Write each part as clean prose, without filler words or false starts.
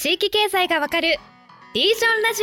地域経済がわかるリージョンラジ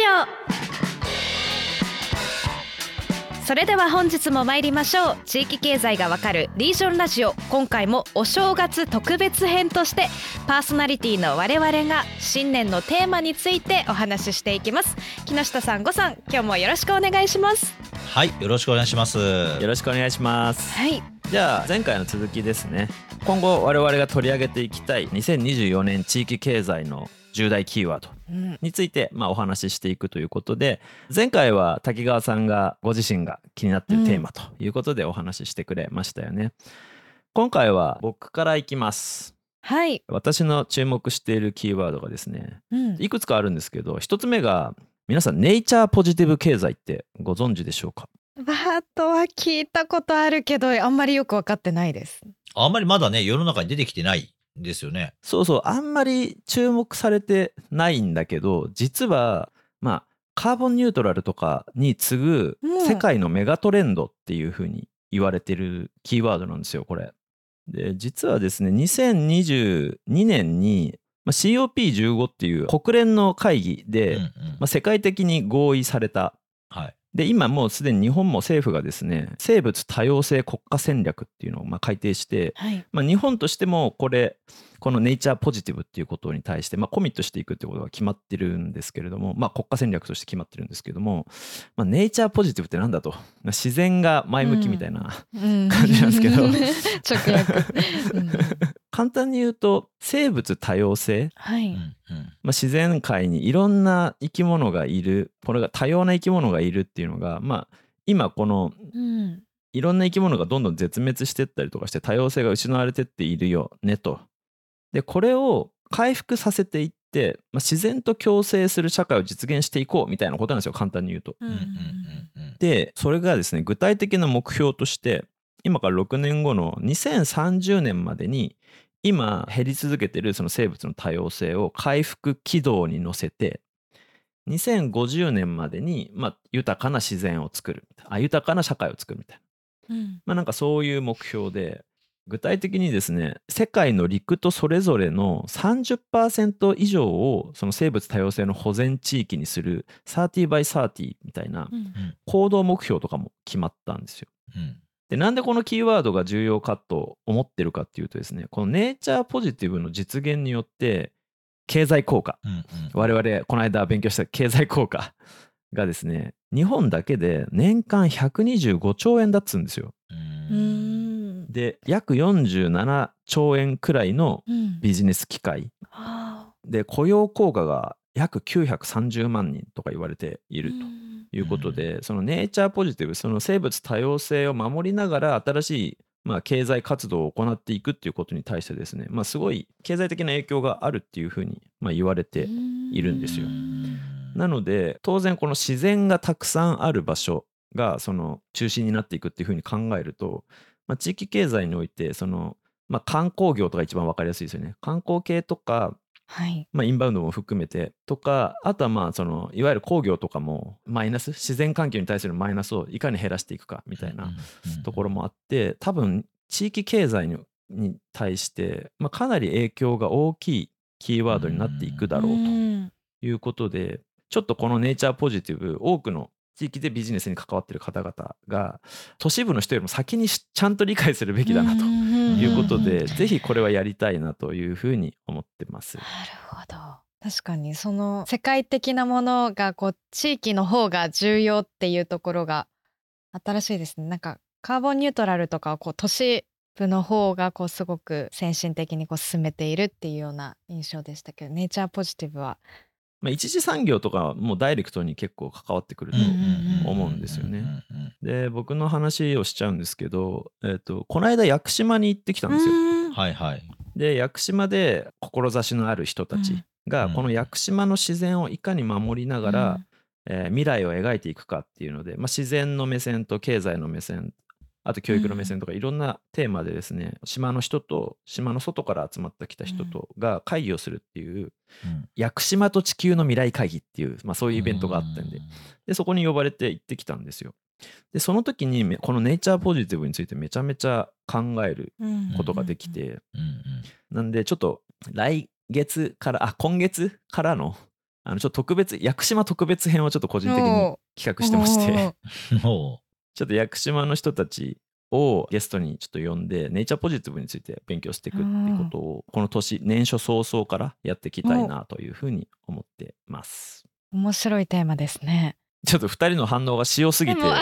オ。それでは本日も参りましょう。地域経済がわかるリージョンラジオ。今回もお正月特別編としてパーソナリティの我々が新年のテーマについてお話ししていきます。木下さん、呉さん、今日もよろしくお願いします。 はい、よろしくお願いします。 よろしくお願いします。 はい、 じゃあ前回の続きですね。今後我々が取り上げていきたい2024年地域経済の重大キーワードについてお話ししていくということで、前回は滝川さんがご自身が気になっているテーマということでお話ししてくれましたよね。今回は僕からいきます。 はい、 私の注目しているキーワードがですね、いくつかあるんですけど、一つ目が皆さんネイチャーポジティブ経済ってご存知でしょうか？ バートは聞いたことあるけどあんまりよく分かってないです。 あんまりまだね、世の中に出てきてないんですよね。 そうそう、あんまり注目されてないんだけど、実はカーボンニュートラルとかに次ぐ世界のメガトレンドっていう風に言われてるキーワードなんですよ、これ。で、実はですね、2022年にCOP15 っていう国連の会議で、世界的に合意された。 はい。 で、今もうすでに日本も政府がですね、生物多様性国家戦略っていうのを改定して、 はい、 日本としてもこのネイチャーポジティブっていうことに対してコミットしていくってことが決まってるんですけれども、国家戦略として決まってるんですけども、ネイチャーポジティブってなんだと、自然が前向きみたいな感じなんですけど、 直訳、 簡単に言うと生物多様性、 はい自然界にいろんな生き物がいる、これが多様な生き物がいるっていうのが、今このいろんな生き物がどんどん絶滅してったりとかして多様性が失われてっているよねと。でこれを回復させていって、自然と共生する社会を実現していこうみたいなことなんですよ、簡単に言うと。でそれがですね、具体的な目標として今から6年後の2030年までに今減り続けてるその生物の多様性を回復軌道に乗せて、2050年までに豊かな自然を作る、豊かな社会を作るみたいな、なんかそういう目標で、具体的にですね、世界の陸とそれぞれの 30% 以上をその生物多様性の保全地域にする 30by30 みたいな行動目標とかも決まったんですよ。でなんでこのキーワードが重要かと思ってるかっていうとですね、このネイチャーポジティブの実現によって経済効果、我々この間勉強した経済効果がですね、日本だけで年間125兆円だっつうんですよ。で約47兆円くらいのビジネス機会、で雇用効果が約930万人とか言われているということで、そのネイチャーポジティブ、その生物多様性を守りながら新しい経済活動を行っていくっていうことに対してですね、すごい経済的な影響があるっていうふうに言われているんですよ。なので当然この自然がたくさんある場所がその中心になっていくっていうふうに考えると、地域経済においてその、観光業とか一番分かりやすいですよね。観光系とか、インバウンドも含めてとか、あとはそのいわゆる工業とかもマイナス、自然環境に対するマイナスをいかに減らしていくかみたいなところもあって、多分地域経済に対してかなり影響が大きいキーワードになっていくだろうということで、ちょっとこのネイチャーポジティブ、多くの地域でビジネスに関わっている方々が都市部の人よりも先にちゃんと理解するべきだなということで、ぜひこれはやりたいなというふうに思ってます。 なるほど。確かにその世界的なものが地域の方が重要っていうところが新しいですね。なんかカーボンニュートラルとかを都市部の方がすごく先進的に進めているっていうような印象でしたけど、ネイチャーポジティブは一次産業とかもダイレクトに結構関わってくると思うんですよね。で僕の話をしちゃうんですけど、この間屋久島に行ってきたんですよ。で屋久島で志のある人たちがこの屋久島の自然をいかに守りながら、未来を描いていくかっていうので、自然の目線と経済の目線、あと教育の目線とかいろんなテーマでですね、島の人と島の外から集まってきた人とが会議をするっていう、屋久島と地球の未来会議っていう、そういうイベントがあったんで、そこに呼ばれて行ってきたんですよ。でその時にこのネイチャーポジティブについてめちゃめちゃ考えることができて、なんでちょっと来月から今月からのちょっと特別屋久島特別編をちょっと個人的に企画してましてもちょっと屋久島の人たちをゲストにちょっと呼んでネイチャーポジティブについて勉強していくっていうことをこの年初早々からやっていきたいなというふうに思ってます。 面白いテーマですね。 ちょっと2人の反応が塩すぎてでも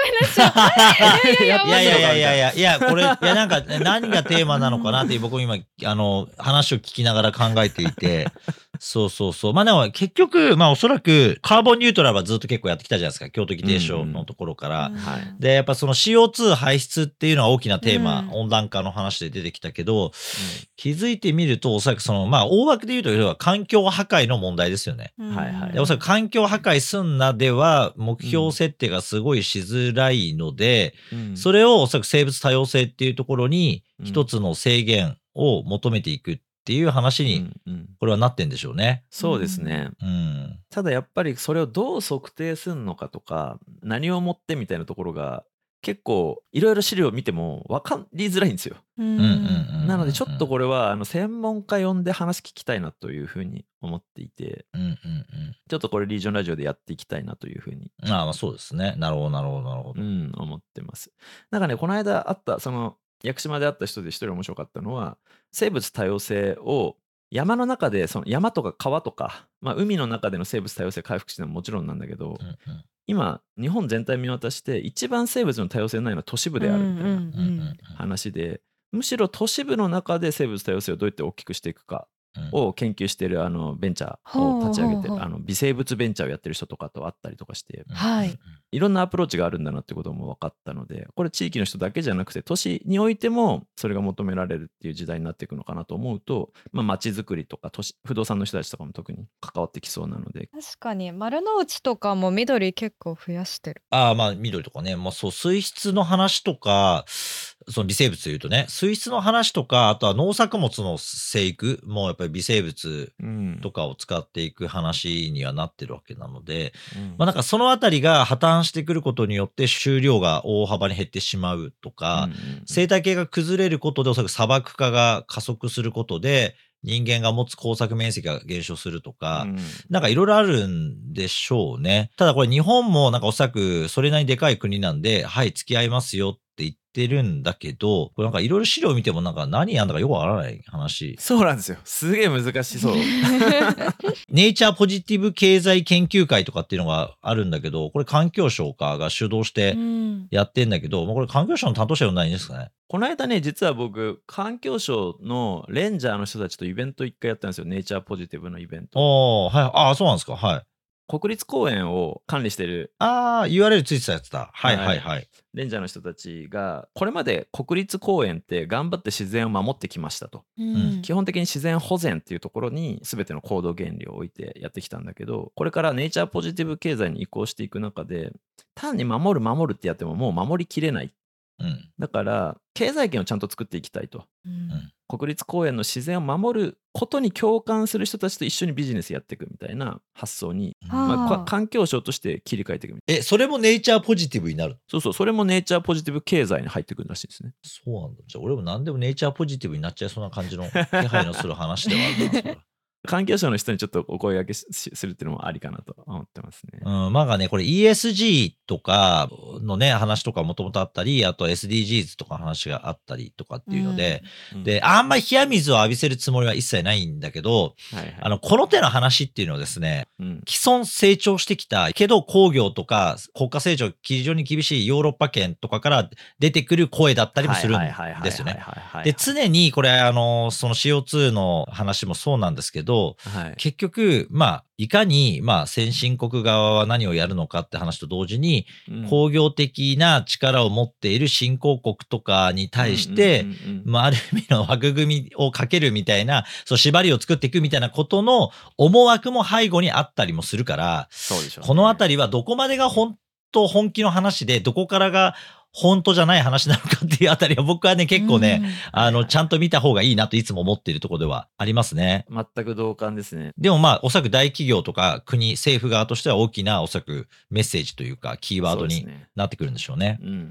いや、これ、なんか、何がテーマなのかなって僕今、話を聞きながら考えていて、そう。まあでも結局、まあおそらくカーボンニュートラルはずっと結構やってきたじゃないですか。京都議定書のところから。で、やっぱその CO2 排出っていうのは大きなテーマ、温暖化の話で出てきたけど、気づいてみると、おそらくその、まあ大枠で言うと、要は環境破壊の問題ですよね。で、おそらく環境破壊すんなでは、目標設定がすごいしづらいので、それをおそらく生物多様性っていうところに一つの制限を求めていくっていう話にこれはなってんでしょうね。 そうですね。ただやっぱりそれをどう測定するのかとか何をもってみたいなところが結構いろいろ資料を見ても分かりづらいんですよ。なのでちょっとこれは専門家呼んで話聞きたいなというふうに思っていて、ちょっとこれリージョンラジオでやっていきたいなというふうにまあそうですね。なるほど。 思ってます。なんかねこの間あったその屋久島で会った人で一人面白かったのは生物多様性を山の中でその山とか川とか、まあ、海の中での生物多様性回復してるのはもちろんなんだけど、今日本全体見渡して一番生物の多様性ないのは都市部であるみたいな話で、むしろ都市部の中で生物多様性をどうやって大きくしていくかを研究しているベンチャーを立ち上げて微生物ベンチャーをやってる人とかと会ったりとかして、いろんなアプローチがあるんだなってことも分かったので、これ地域の人だけじゃなくて都市においてもそれが求められるっていう時代になっていくのかなと思うと、まあ、街づくりとか不動産の人たちとかも特に関わってきそうなので。 確かに丸の内とかも緑結構増やしてる。 まあ緑とかね、まあそう水質の話とか、その微生物で言うとね、水質の話とか、あとは農作物の生育もやっぱり微生物とかを使っていく話にはなってるわけなので、まあなんかそのあたりが破綻してくることによって収量が大幅に減ってしまうとか、生態系が崩れることでおそらく砂漠化が加速することで、人間が持つ耕作面積が減少するとか、なんかいろいろあるんでしょうね。ただこれ日本もなんかおそらくそれなりにでかい国なんで、はい、付き合いますよって言ってるんだけど、これなんかいろいろ資料見てもなんか何やんだかよくわからない話。 そうなんですよ。すげえ難しそう。 ネイチャーポジティブ経済研究会とかっていうのがあるんだけど、これ環境省かが主導してやってんだけど、これ環境省の担当者呼んだらいいんですかね。 この間ね、実は僕環境省のレンジャーの人たちとイベント一回やったんですよ。ネイチャーポジティブのイベント。 はい。そうなんですか。はい。 国立公園を管理してる URL ついてたやつだ。はい。 レンジャーの人たちがこれまで国立公園って頑張って自然を守ってきましたと、基本的に自然保全っていうところに全ての行動原理を置いてやってきたんだけど、これからネイチャーポジティブ経済に移行していく中で単に守るってやってももう守りきれない、だから経済圏をちゃんと作っていきたいと、国立公園の自然を守ることに共感する人たちと一緒にビジネスやっていくみたいな発想に、環境省として切り替えていくみたいな。 それもネイチャーポジティブになる？ そう、それもネイチャーポジティブ経済に入ってくるらしいですね。 そうなんだ。じゃあ俺も何でもネイチャーポジティブになっちゃいそうな感じの気配のする話ではあるな。 環境省の人にちょっとお声掛けするっていうのもありかなと思ってますね。 まあね、これ ESG とかのね、話とかもともとあったり、あと SDGs とか話があったりとかっていうので、で、あんまり冷や水を浴びせるつもりは一切ないんだけど、この手の話っていうのはですね、既存成長してきたけど工業とか国家成長非常に厳しいヨーロッパ圏とかから出てくる声だったりもするんですよね。で、常にこれその CO2 の話もそうなんですけど、結局いかに先進国側は何をやるのかって話と同時に、工業的な力を持っている新興国とかに対して、ある意味の枠組みをかけるみたいな、そう縛りを作っていくみたいなことの思惑も背後にあったりもするから、このあたりはどこまでが本気の話で、どこからが本当じゃない話なのかっていうあたりは僕はね結構ね、ちゃんと見た方がいいなといつも思っているところではありますね。 全く同感ですね。 でもおそらく大企業とか国、政府側としては大きなおそらくメッセージというかキーワードになってくるんでしょうね。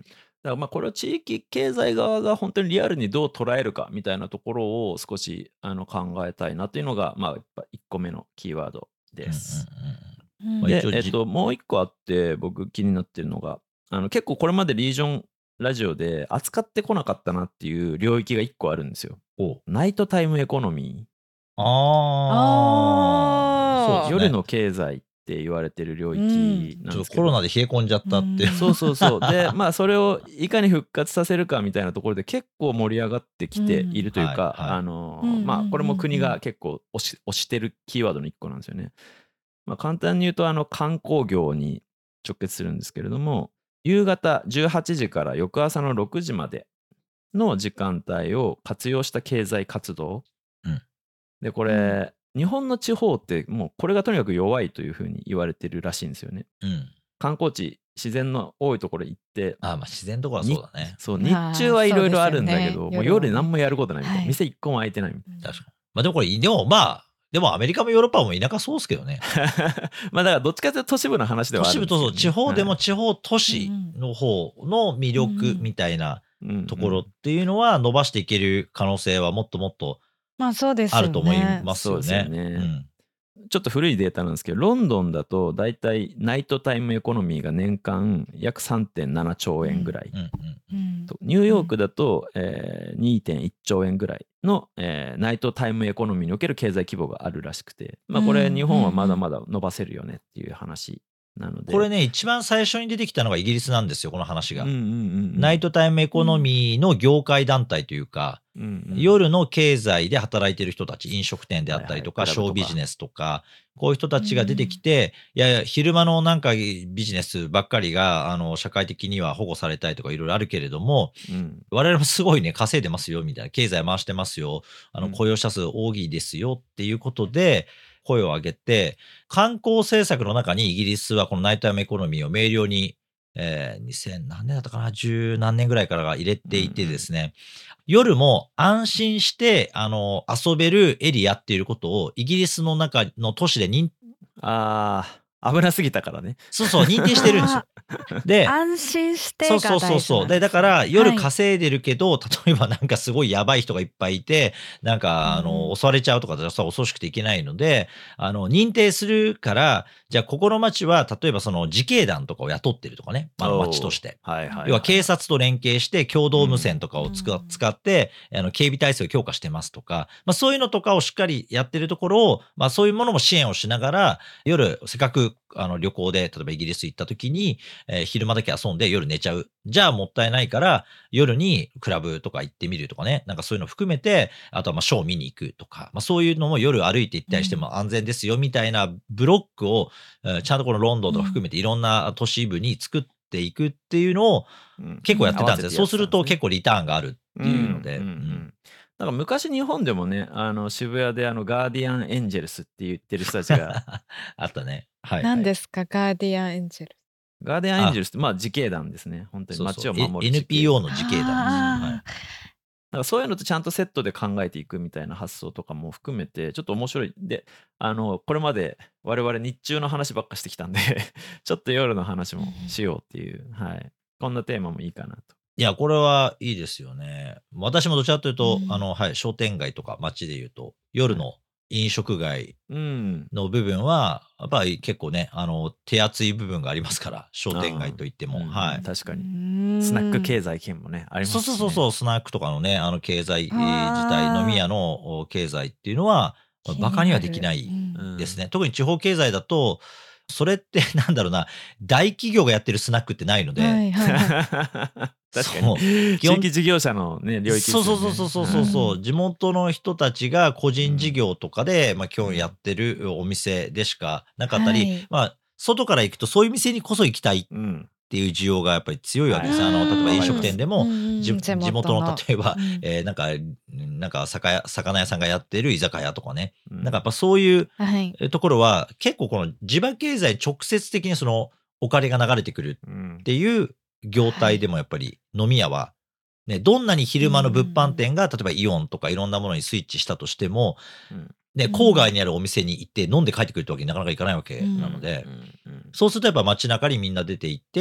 だからまあこれを地域経済側が本当にリアルにどう捉えるかみたいなところを少し考えたいなというのが、まあ、やっぱ1個目のキーワードです。で、もう1個あって僕気になってるのが結構これまでリージョンラジオで扱ってこなかったなっていう領域が1個あるんですよ。ナイトタイムエコノミー。そう、夜の経済って言われてる領域なんですけど、 コロナで冷え込んじゃったっていう。 そうでまあそれをいかに復活させるかみたいなところで結構盛り上がってきているというか、まあこれも国が結構推してるキーワードの一個なんですよね。まあ簡単に言うと観光業に直結するんですけれども、夕方18時から翌朝の6時までの時間帯を活用した経済活動、でこれ、日本の地方ってもうこれがとにかく弱いというふうに言われてるらしいんですよね。観光地、自然の多いところ行って、 まあ自然とこはそうだね。 そう、日中はいろいろあるんだけど、もう夜何もやることないみたいな、店一個も開いてないみたいな。 確かに。まあでもこれ、でもアメリカもヨーロッパも田舎そうですけどね。 まあだからどっちかというと都市部の話ではあるんですけど、ね、 都市部と地方でも地方都市の方の魅力みたいなところっていうのは伸ばしていける可能性はもっともっとあると思いますよね。 ちょっと古いデータなんですけど、ロンドンだとだいたいナイトタイムエコノミーが年間約 3.7 兆円ぐらい、ニューヨークだと、2.1 兆円ぐらいの、ナイトタイムエコノミーにおける経済規模があるらしくて、まあこれ日本はまだまだ伸ばせるよねっていう話なので、 これね一番最初に出てきたのがイギリスなんですよ、この話が。ナイトタイムエコノミーの業界団体というか、夜の経済で働いてる人たち、飲食店であったりとか、ショービジネスとか、こういう人たちが出てきて、いやいや昼間のなんかビジネスばっかりが社会的には保護されたいとかいろいろあるけれども、我々もすごいね稼いでますよみたいな、経済回してますよ、雇用者数多いですよっていうことで声を上げて、観光政策の中にイギリスはこのナイトタイムエコノミーを明瞭に、2000何年だったかな、10何年ぐらいからが入れていてですね、夜も安心して遊べるエリアっていうことをイギリスの中の都市で危なすぎたからね。 そう認定してるんですよ。で、 安心してが大事なんですね。 そうで、だから夜稼いでるけど、例えばなんかすごいやばい人がいっぱいいて、なんか襲われちゃうとかだと恐ろしくていけないので、認定するから、じゃあここの町は例えばその自警団とかを雇ってるとかね、町として、要は警察と連携して共同無線とかを使って警備体制を強化してますとか、そういうのとかをしっかりやってるところを、そういうものも支援をしながら、夜せっかく旅行で例えばイギリス行った時に、昼間だけ遊んで夜寝ちゃう。じゃあもったいないから夜にクラブとか行ってみるとかね。なんかそういうの含めて、あとはショー見に行くとか、そういうのも夜歩いて行ったりしても安全ですよみたいなブロックを、ちゃんとこのロンドンとか含めていろんな都市部に作っていくっていうのを結構やってたんですよ。そうすると結構リターンがあるっていうので。 なんか昔日本でもね、渋谷でガーディアンエンジェルスって言ってる人たちがあったね。 何ですか、ガーディアンエンジェルス。 ガーディアンエンジェルスって自警団ですね。本当に街を守る NPO の自警団です。 なんかそういうのとちゃんとセットで考えていくみたいな発想とかも含めてちょっと面白い。で、これまで我々日中の話ばっかしてきたんでちょっと夜の話もしようっていう、こんなテーマもいいかなと。 いや、これはいいですよね。私もどちらかというと、商店街とか街で言うと、夜の飲食街の部分は、やっぱり結構ね、手厚い部分がありますから、商店街といっても。 確かに。スナック経済圏もね、ありますね。 そう、スナックとかのね、経済自体、飲み屋の経済っていうのは、バカにはできないですね。特に地方経済だと、それってなんだろうな、大企業がやってるスナックってないので、 確かに地域事業者のね領域ですよね。 そう地元の人たちが個人事業とかで今日やってるお店でしかなかったり、外から行くとそういう店にこそ行きたいっていう需要がやっぱり強いわけです。例えば飲食店でも地元の例えばなんか魚屋さんがやってる居酒屋とかね、なんかやっぱそういうところは結構この地場経済直接的にそのお金が流れてくるっていう業態でもやっぱり飲み屋はね、どんなに昼間の物販店が例えばイオンとかいろんなものにスイッチしたとしても、ね、郊外にあるお店に行って飲んで帰ってくるってわけになかなかいかないわけなので、そうするとやっぱ街中にみんな出て行ってっ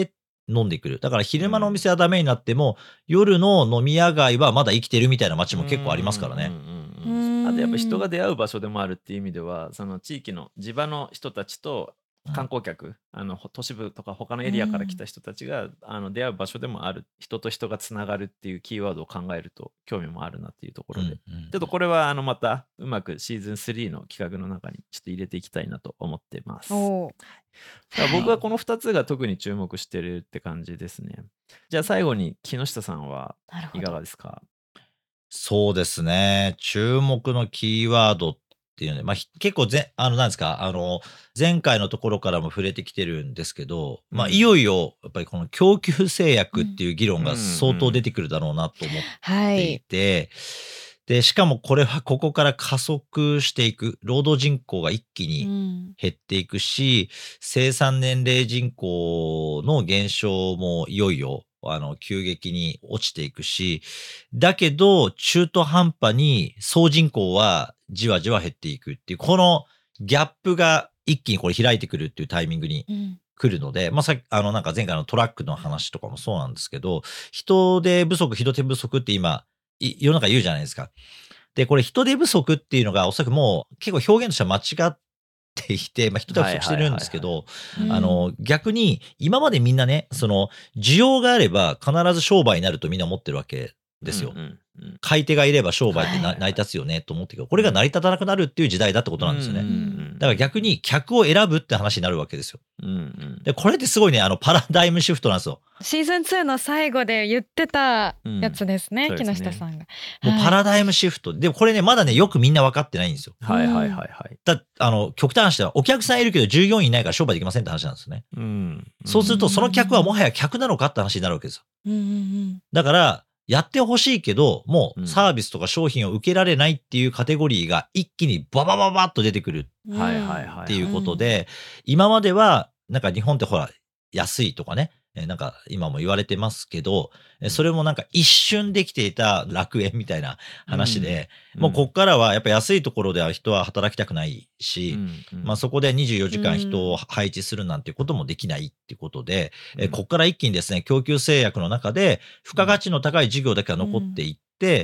飲んでくる。だから昼間のお店はダメになっても、夜の飲み屋街はまだ生きてるみたいな街も結構ありますからね。 あとやっぱ人が出会う場所でもあるっていう意味では、その地域の地場の人たちと観光客、都市部とか他のエリアから来た人たちが出会う場所でもある、人と人がつながるっていうキーワードを考えると興味もあるなっていうところで、ちょっとこれはまたうまくシーズン3の企画の中にちょっと入れていきたいなと思ってます。だから僕はこの2つが特に注目してるって感じですね。じゃあ最後に木下さんはいかがですか？ そうですね。注目のキーワードっていうので、まあ、結構なんですか、前回のところからも触れてきてるんですけど、まあ、いよいよ、やっぱりこの供給制約っていう議論が相当出てくるだろうなと思っていて、で、しかもこれはここから加速していく、労働人口が一気に減っていくし、生産年齢人口の減少もいよいよ急激に落ちていくし、だけど、中途半端に総人口はじわじわ減っていくっていう、このギャップが一気にこれ開いてくるっていうタイミングに来るので、まあ、なんか前回のトラックの話とかもそうなんですけど、人手不足って今、世の中言うじゃないですか。で、これ人手不足っていうのがおそらくもう結構表現としては間違っていて、まあ、人手不足してるんですけど、逆に今までみんなね、その需要があれば必ず商売になるとみんな思ってるわけですよ。買い手がいれば商売って成り立つよねと思ってるけど、これが成り立たなくなるっていう時代だってことなんですよね。だから逆に客を選ぶって話になるわけですよ。で、これってすごいね、パラダイムシフトなんですよ。 シーズン2の最後で言ってたやつですね、木下さんが。 もうパラダイムシフト。でもこれね、まだね、よくみんな分かってないんですよ。極端な話は、お客さんいるけど従業員いないから商売できませんって話なんですよね。そうすると、その客はもはや客なのかって話になるわけですよ。だから、やってほしいけど、もうサービスとか商品を受けられないっていうカテゴリーが一気にババババッと出てくるっていうことで、今までは、なんか日本ってほら、安いとかね、なんか今も言われてますけど、それもなんか一瞬できていた楽園みたいな話で、もうこっからはやっぱ安いところでは人は働きたくないし、まあそこで24時間人を配置するなんていうこともできないっていうことで、こっから一気にですね、供給制約の中で付加価値の高い事業だけが残っていって、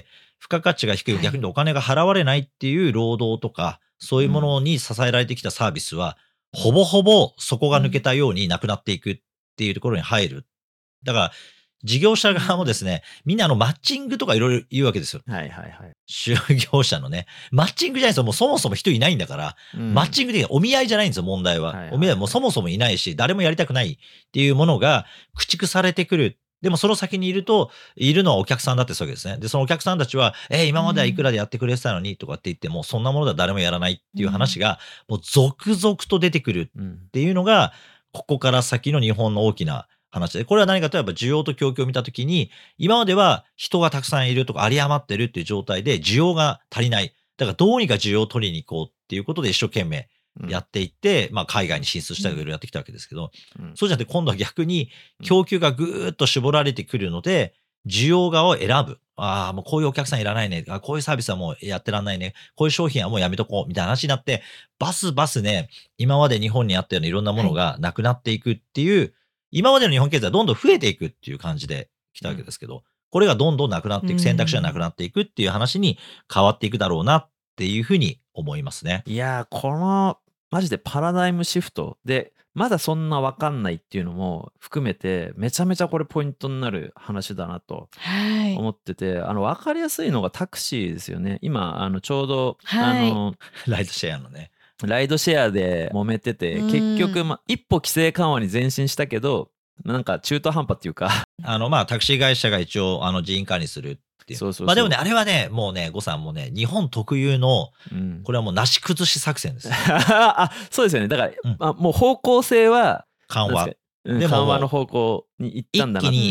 付加価値が低い、逆にお金が払われないっていう労働とか、そういうものに支えられてきたサービスは、ほぼほぼ底が抜けたようになくなっていくっていうところに入る。だから、事業者側もですね、みんなマッチングとかいろいろ言うわけですよ。就業者のね。マッチングじゃないですよ。もうそもそも人いないんだから、マッチングでお見合いじゃないんですよ、問題は。お見合いもそもそもいないし、誰もやりたくないっていうものが駆逐されてくる。でもその先にいるのはお客さんだってそうですね。で、そのお客さんたちは、今まではいくらでやってくれてたのにとかって言っても、そんなものでは誰もやらないっていう話が、もう続々と出てくるっていうのが、ここから先の日本の大きな話で、これは何かといえば需要と供給を見たときに、今までは人がたくさんいるとか、有り余ってるっていう状態で需要が足りない。だからどうにか需要を取りに行こうっていうことで一生懸命やっていって、まあ海外に進出したりいろいろやってきたわけですけど、そうじゃなくて今度は逆に供給がぐーっと絞られてくるので、需要側を選ぶ。もうこういうお客さんいらないね。こういうサービスはもうやってらんないね。こういう商品はもうやめとこう。みたいな話になって、バスね、今まで日本にあったようないろんなものがなくなっていくっていう、今までの日本経済はどんどん増えていくっていう感じで来たわけですけど、これがどんどんなくなっていく、選択肢がなくなっていくっていう話に変わっていくだろうなっていうふうに思いますね。 いやー、このマジでパラダイムシフトで、まだそんな分かんないっていうのも含めて、めちゃめちゃこれポイントになる話だなと思ってて、分かりやすいのがタクシーですよね。今ちょうど、 ライドシェアのね。 ライドシェアで揉めてて、結局、一歩規制緩和に前進したけど、なんか中途半端っていうかタクシー会社が一応人員管理するっていう。まあでもね、あれはね、もうね、呉さんもね、日本特有の、これはもうなし崩し作戦です。 そうですよね。だから、もう方向性は緩和。 でも緩和の方向に行ったんだなっていう。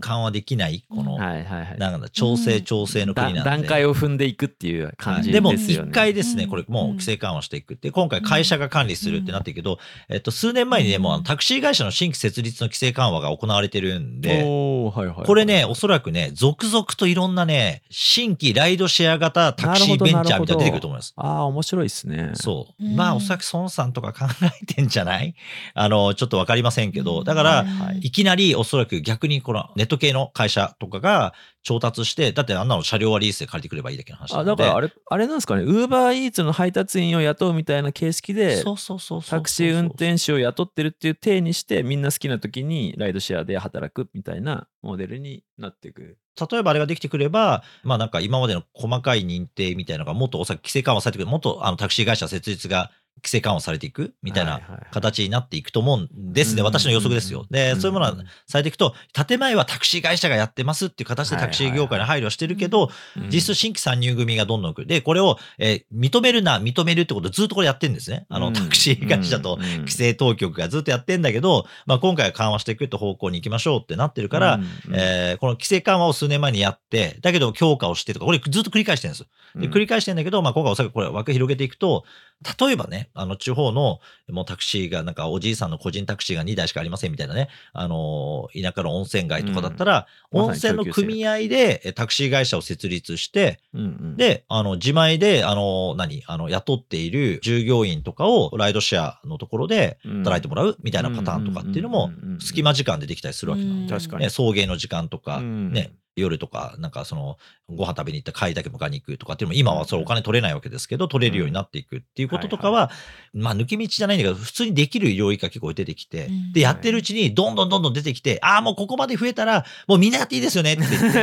緩和できないこの、 はいはいはい。 なんだ調整の国なんで、 段階を踏んでいくっていう感じでもですよね。 一回ですね、 うんこれもう規制緩和していくって、今回会社が管理するってなってるけど、数年前にね、もうタクシー会社の新規設立の規制緩和が行われてるんで、 おーはいはいはい、 これね、おそらくね、続々といろんなね、新規ライドシェア型タクシーベンチャーみたいなの出てくると思います。 ああ、面白いですね。 そう。 うんまあ、おそらく孫さんとか考えてんじゃないちょっとわかりませんけど、だから、 はいはいいきなりおそらく逆にこのネット系の会社とかが調達して、だってあんなの車両はリースで借りてくればいいだけの話なので。 だからあれなんですかね、ウーバーイーツの配達員を雇うみたいな形式で、 そうそうそうそう。 タクシー運転手を雇ってるっていう体にして、みんな好きな時にライドシェアで働くみたいなモデルになっていく。 例えばあれができてくれば、まあなんか今までの細かい認定みたいなのがもっとおそらく規制緩和されてくる、もっとタクシー会社設立が規制緩和されていくみたいな形になっていくと思うんですね。私の予測ですよ。で、そういうものがされていくと、建前はタクシー会社がやってますっていう形でタクシー業界に配慮してるけど、実質新規参入組がどんどん来る。で、これを、認めるってことをずっとこれやってるんですね。タクシー会社と規制当局がずっとやってんだけど、まあ今回は緩和していくって方向に行きましょうってなってるから、この規制緩和を数年前にやって、だけど強化をしてとか、これずっと繰り返してるんですよ。で繰り返してるんだけど、まあ今回おそらくこれ枠広げていくと、例えばね、地方のもうタクシーがなんかおじいさんの個人タクシーが2台しかありませんみたいなね、田舎の温泉街とかだったら、温泉の組合でタクシー会社を設立して、で、自前で、雇っている従業員とかをライドシェアのところで働いてもらうみたいなパターンとかっていうのも、隙間時間でできたりするわけなんで、 確かに。 送迎の時間とか、ね、夜とか、なんかご飯食べに行った帰だけ迎えに行くとかっていうのも、今はそれお金取れないわけですけど、取れるようになっていくっていうこととかは、まあ抜け道じゃないんだけど、普通にできる領域が結構出てきて、で、やってるうちにどんどん出てきて、もうここまで増えたら、もうみんなやっていいですよねって言って。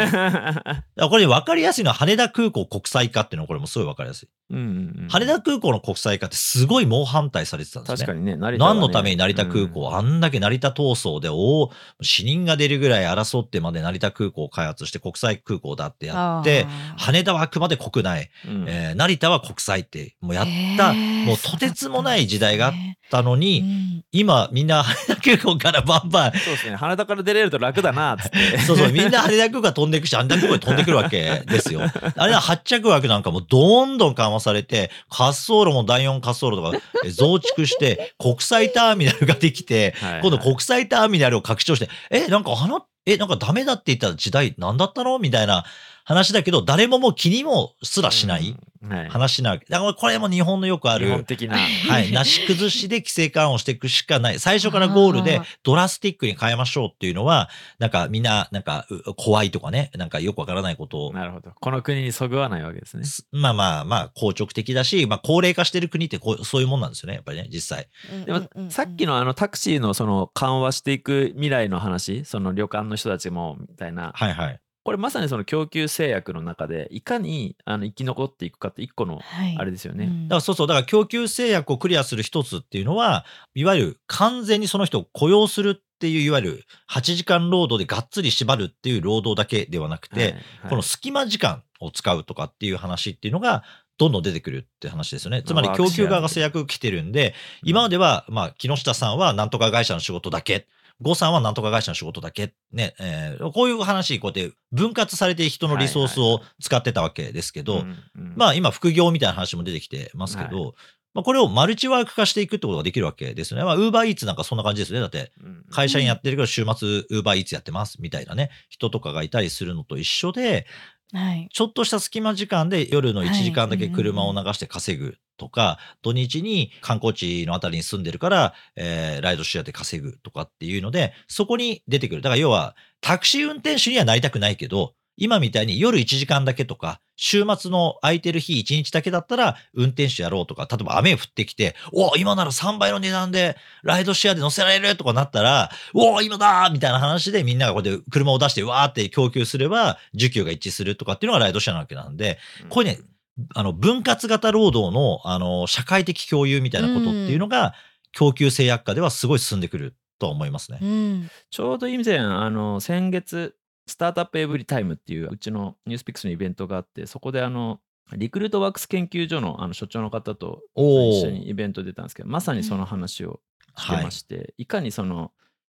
これ分かりやすいのは羽田空港国際化っていうのはこれもすごい分かりやすい。羽田空港の国際化ってすごい猛反対されてたんですね。 確かにね、 何のために成田空港、あんだけ成田闘争で死人が出るぐらい争ってまで成田空港を開発して国際空港だってやって、羽田はあくまで国内、成田は国際ってもうやった、もうとてつもない時代があったのに、今みんな羽田空港からバンバン。 そうですね、羽田から出れると楽だなっつって。 そう、みんな羽田空港が飛んでいくし、羽田空港に飛んでくるわけですよ。あれは発着枠なんかもどんどん緩和されて、滑走路も第4滑走路とか増築して、国際ターミナルができて、今度国際ターミナルを拡張して、なんかダメだって言った時代何だったのみたいな話だけど、誰ももう気にもすらしない話なわけ。だからこれも日本のよくある。 日本的な。 はい。なし崩しで規制緩和をしていくしかない。最初からゴールでドラスティックに変えましょうっていうのは、なんかみんな、なんか怖いとかね、なんかよくわからないことを。 なるほど。この国にそぐわないわけですね。 まあ、硬直的だし、まあ、高齢化してる国ってそういうもんなんですよね、やっぱりね、実際。 でも、さっきのタクシーのその緩和していく未来の話、その旅館の人たちも、みたいな。 はいはい。 これまさにその供給制約の中で、いかに生き残っていくかって一個のあれですよね。 だから供給制約をクリアする一つっていうのは、いわゆる完全にその人を雇用するっていう、いわゆる8時間労働でがっつり縛るっていう労働だけではなくて、この隙間時間を使うとかっていう話っていうのが、どんどん出てくるって話ですよね。つまり供給側が制約来てるんで、今までは、まあ、木下さんはなんとか会社の仕事だけ。呉さんはなんとか会社の仕事だけ。ね、こういう話、こうやって分割されて人のリソースを使ってたわけですけど、まあ今副業みたいな話も出てきてますけど、まあこれをマルチワーク化していくってことができるわけですよね。まあウーバーイーツなんかそんな感じですね。だって会社員やってるけど週末ウーバーイーツやってますみたいなね、人とかがいたりするのと一緒で、ちょっとした隙間時間で夜の1時間だけ車を流して稼ぐとか、土日に観光地のあたりに住んでるから、ライドシェアで稼ぐとかっていうので、そこに出てくる。だから要は、タクシー運転手にはなりたくないけど、今みたいに夜1時間だけとか、週末の空いてる日1日だけだったら運転手やろうとか、例えば雨降ってきて、今なら3倍の値段でライドシェアで乗せられるとかなったら、今だみたいな話でみんながこうやって車を出してわーって供給すれば、需給が一致するとかっていうのがライドシェアなわけなんで、これね、分割型労働の、社会的共有みたいなことっていうのが、供給制約下ではすごい進んでくると思いますね。 ちょうど以前、先月、スタートアップエブリタイムっていううちのニュースピックスのイベントがあって、そこでリクルートワークス研究所の所長の方と一緒にイベント出たんですけど、まさにその話をしてまして、いかにその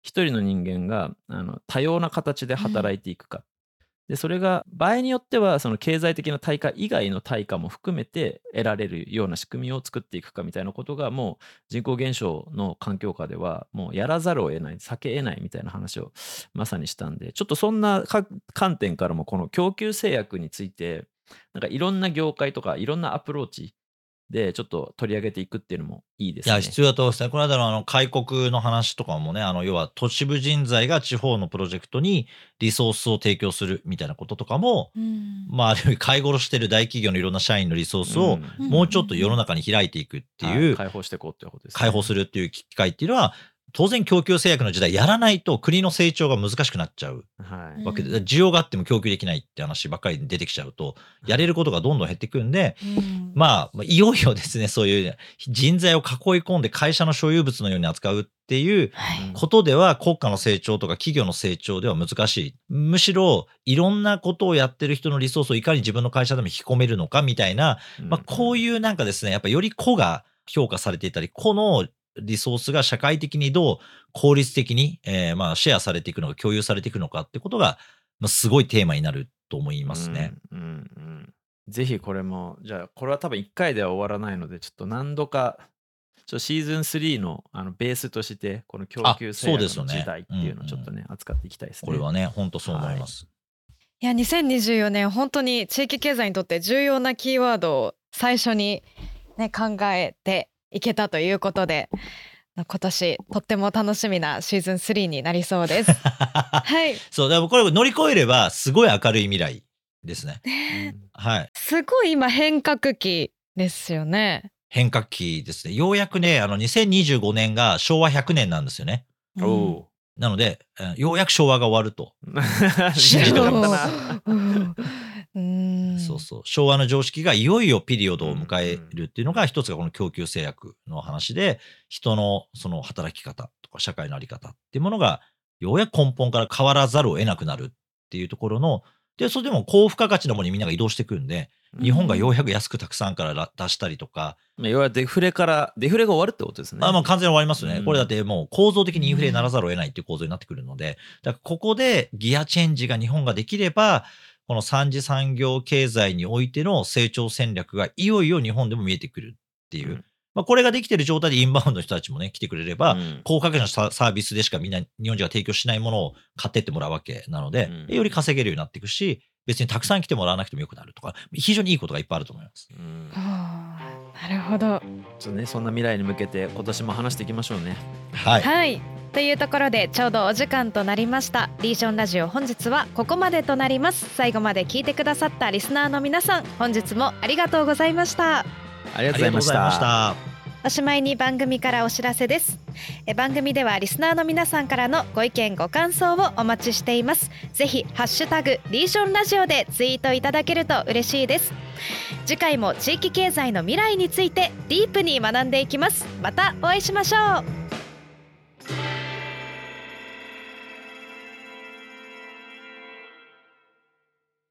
一人の人間が多様な形で働いていくか、でそれが場合によってはその経済的な対価以外の対価も含めて得られるような仕組みを作っていくかみたいなことがもう人口減少の環境下ではもうやらざるを得ない避け得ないみたいな話をまさにしたんで、ちょっとそんな観点からもこの供給制約についてなんかいろんな業界とかいろんなアプローチでちょっと取り上げていくっていうのもいいですね。 いや、必要だと思いますね。この間の開国の話とかもね、要は都市部人材が地方のプロジェクトにリソースを提供するみたいなこととかも、まあ、ある意味買い殺してる大企業のいろんな社員のリソースをもうちょっと世の中に開いていくっていう、 開放していこうってことですね。 開放するっていう機会っていうのは、当然供給制約の時代やらないと国の成長が難しくなっちゃうわけで、需要があっても供給できないって話ばっかり出てきちゃうと、やれることがどんどん減ってくるんで、まあ、いよいよですね、そういう人材を囲い込んで会社の所有物のように扱うっていうことでは、国家の成長とか企業の成長では難しい。むしろ、いろんなことをやってる人のリソースをいかに自分の会社でも引き込めるのかみたいな、まあ、こういうなんかですね、やっぱより個が評価されていたり、個のリソースが社会的にどう効率的に、まあシェアされていくのか共有されていくのかってことが、まあ、すごいテーマになると思いますね。 ぜひこれも、じゃあこれは多分1回では終わらないので、ちょっと何度かシーズン3のベースとしてこの供給制約の時代っていうのをちょっとね、扱っていきたいですね。 これはね、本当そう思います。 いや、2024年本当に地域経済にとって重要なキーワードを最初にね考えていけたということで、今年とっても楽しみなシーズン3になりそうです。はい。 そう、でもこれを乗り越えればすごい明るい未来ですね。はい。 すごい今変革期ですよね。 変革期ですね。ようやくね、2025年が昭和100年なんですよね。なので、ようやく昭和が終わると信じております。そうそう。昭和の常識がいよいよピリオドを迎えるっていうのが一つがこの供給制約の話で、人のその働き方とか社会のあり方っていうものがようやく根本から変わらざるを得なくなるっていうところの、で、それでも高付加価値のものにみんなが移動してくるんで、日本がようやく安くたくさんから出したりとか。 要はデフレが終わるってことですね。 まあ完全に終わりますね。これだってもう構造的にインフレにならざるを得ないっていう構造になってくるので、だからここでギアチェンジが日本ができれば、この三次産業経済においての成長戦略がいよいよ日本でも見えてくるっていう。まあこれができている状態でインバウンドの人たちもね、来てくれれば、高価格のサービスでしかみんな日本人が提供しないものを買ってってもらうわけなので、より稼げるようになっていくし、別にたくさん来てもらわなくてもよくなるとか、非常にいいことがいっぱいあると思います。 なるほど。 ちょっとね、そんな未来に向けて今年も話していきましょうね。 はい。はい。というところでちょうどお時間となりました。リージョンラジオ、本日はここまでとなります。最後まで聞いてくださったリスナーの皆さん、本日もありがとうございました。 ありがとうございました。 おしまいに番組からお知らせです。番組ではリスナーの皆さんからのご意見ご感想をお待ちしています。ぜひハッシュタグリージョンラジオでツイートいただけると嬉しいです。次回も地域経済の未来についてディープに学んでいきます。またお会いしましょう。